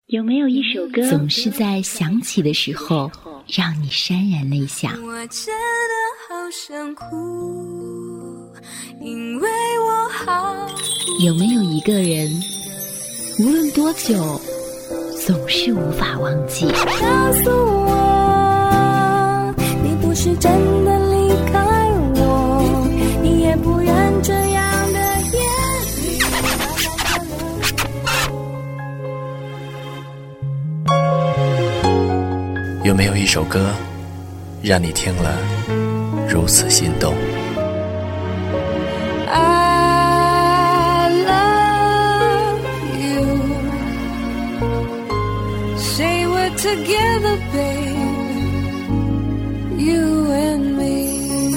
有没有一首歌总是在想起的时候让你潸然泪下？ 我真的好想哭，因为我好有没有一个人无论多久总是无法忘记？ 告诉我，你不是真的离开我，你也不愿这样的夜里。 有没有一首歌让你听了如此心动？ I love you. Say we're together, babe. You and me.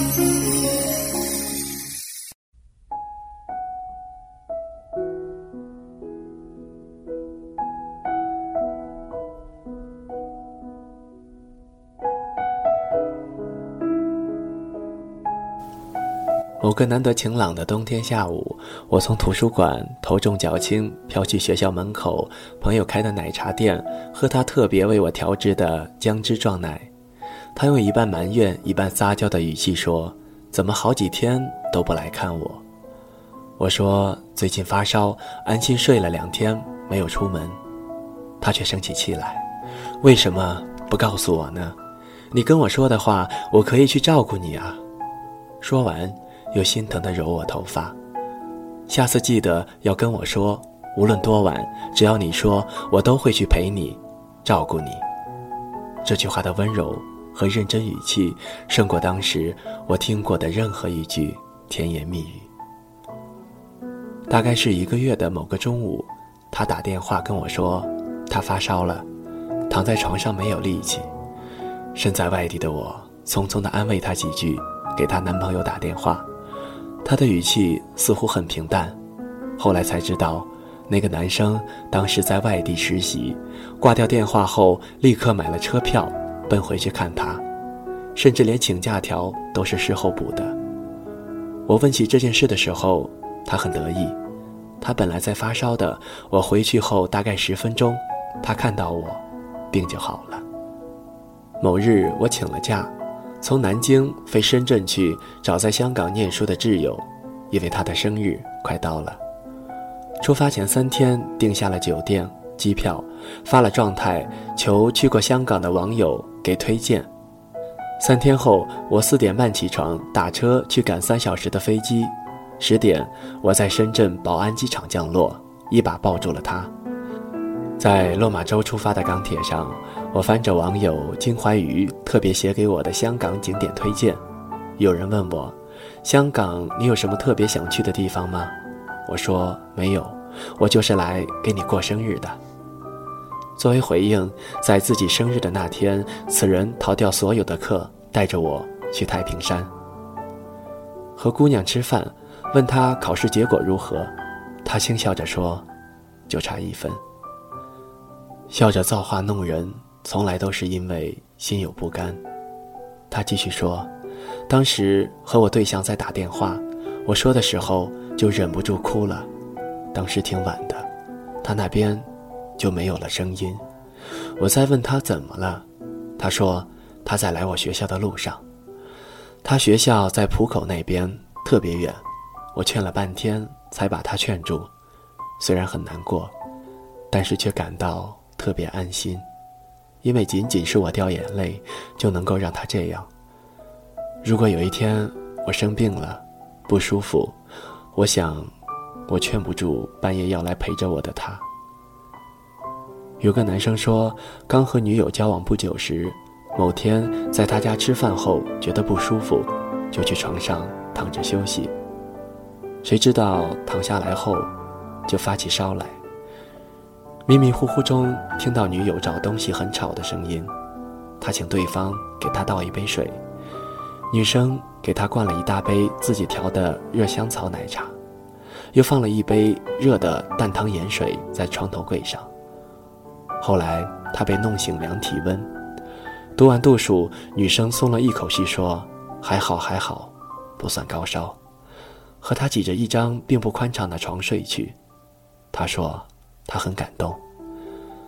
某个难得晴朗的冬天下午，我从图书馆头重脚轻飘去学校门口朋友开的奶茶店，喝他特别为我调制的姜汁撞奶。他用一半埋怨一半撒娇的语气说，怎么好几天都不来看我？我说最近发烧，安心睡了2天没有出门。他却生起气来，为什么不告诉我呢？你跟我说的话，我可以去照顾你啊。说完又心疼地揉我头发，下次记得要跟我说，无论多晚，只要你说，我都会去陪你，照顾你。这句话的温柔和认真语气，胜过当时我听过的任何一句甜言蜜语。大概是1个月的某个中午，他打电话跟我说，他发烧了，躺在床上没有力气。身在外地的我，匆匆地安慰他几句，给她男朋友打电话。他的语气似乎很平淡，后来才知道，那个男生当时在外地实习，挂掉电话后立刻买了车票奔回去看他，甚至连请假条都是事后补的。我问起这件事的时候，他很得意，他本来在发烧的，我回去后大概10分钟，他看到我，病就好了。某日我请了假，从南京飞深圳去找在香港念书的挚友，因为他的生日快到了。出发前3天订下了酒店、机票，发了状态求去过香港的网友给推荐。3天后，我4点半起床，打车去赶3小时的飞机。10点，我在深圳宝安机场降落，一把抱住了他。在落马洲出发的港铁上，我翻着网友金怀瑜特别写给我的香港景点推荐。有人问我，香港你有什么特别想去的地方吗？我说没有，我就是来给你过生日的。作为回应，在自己生日的那天，此人逃掉所有的课，带着我去太平山。和姑娘吃饭，问她考试结果如何，她轻笑着说，就差1分。笑着造化弄人，从来都是因为心有不甘。他继续说，当时和我对象在打电话，我说的时候就忍不住哭了。当时挺晚的，他那边就没有了声音。我再问他怎么了，他说他在来我学校的路上。他学校在浦口那边，特别远，我劝了半天才把他劝住。虽然很难过，但是却感到特别安心，因为仅仅是我掉眼泪就能够让他这样。如果有一天我生病了，不舒服，我想我劝不住半夜要来陪着我的他。有个男生说，刚和女友交往不久时，某天在他家吃饭后觉得不舒服，就去床上躺着休息。谁知道躺下来后就发起烧来，迷迷糊糊中听到女友找东西很吵的声音，他请对方给他倒一杯水，女生给他灌了一大杯自己调的热香草奶茶，又放了一杯热的淡汤盐水在床头柜上。后来他被弄醒量体温，读完度数，女生松了一口气说，还好还好，不算高烧，和他挤着一张并不宽敞的床睡去。他说他很感动。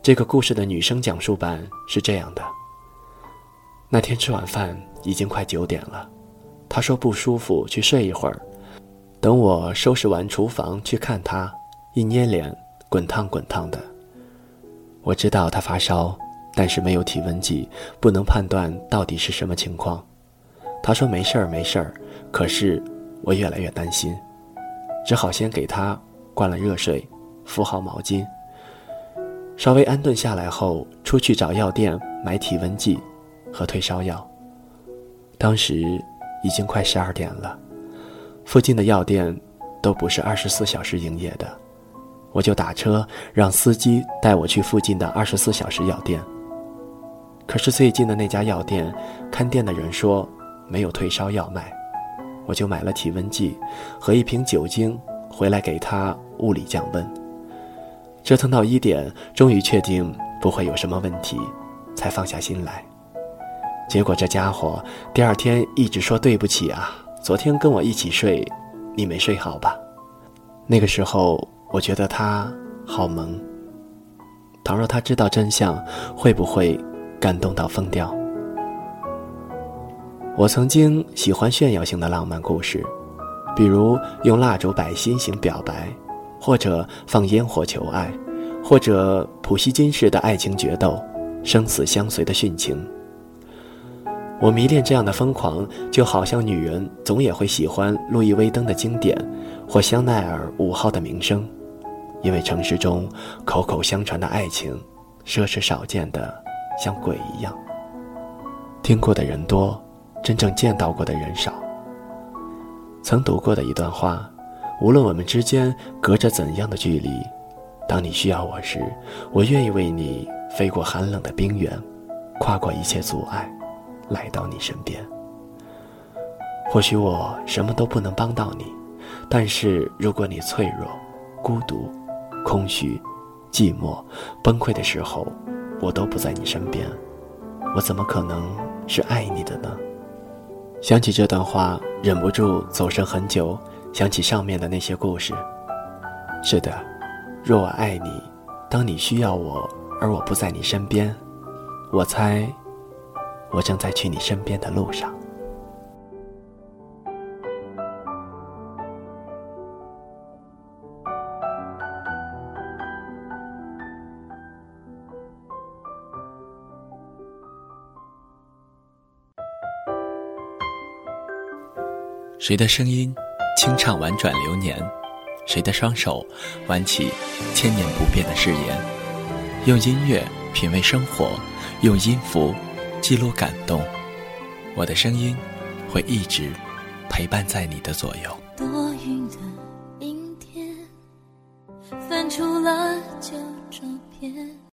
这个故事的女生讲述版是这样的：那天吃晚饭已经快9点了，她说不舒服，去睡一会儿。等我收拾完厨房去看她，一捏脸，滚烫滚烫的。我知道她发烧，但是没有体温计，不能判断到底是什么情况。她说没事儿没事儿，可是我越来越担心，只好先给她灌了热水，敷好毛巾。稍微安顿下来后，出去找药店买体温计和退烧药。当时已经快12点了，附近的药店都不是24小时营业的，我就打车让司机带我去附近的24小时药店。可是最近的那家药店，看店的人说没有退烧药卖，我就买了体温计和一瓶酒精回来给他物理降温。折腾到1点，终于确定不会有什么问题，才放下心来。结果这家伙第2天一直说对不起啊，昨天跟我一起睡，你没睡好吧？那个时候我觉得他好萌，倘若他知道真相，会不会感动到疯掉？我曾经喜欢炫耀性的浪漫故事，比如用蜡烛摆心形表白，或者放烟火求爱，或者普希金式的爱情决斗，生死相随的殉情。我迷恋这样的疯狂，就好像女人总也会喜欢路易威登的经典，或香奈儿5号的名声，因为城市中口口相传的爱情，奢侈少见的像鬼一样。听过的人多，真正见到过的人少。曾读过的一段话，无论我们之间隔着怎样的距离，当你需要我时，我愿意为你飞过寒冷的冰原，跨过一切阻碍，来到你身边。或许我什么都不能帮到你，但是如果你脆弱、孤独、空虚、寂寞、崩溃的时候，我都不在你身边，我怎么可能是爱你的呢？想起这段话，忍不住走神很久，想起上面的那些故事。是的，若我爱你，当你需要我，而我不在你身边，我猜我正在去你身边的路上。 谁的声音清唱婉转流年，谁的双手挽起千年不变的誓言。用音乐品味生活，用音符记录感动。我的声音会一直陪伴在你的左右。 多云的阴天，翻出了旧照片。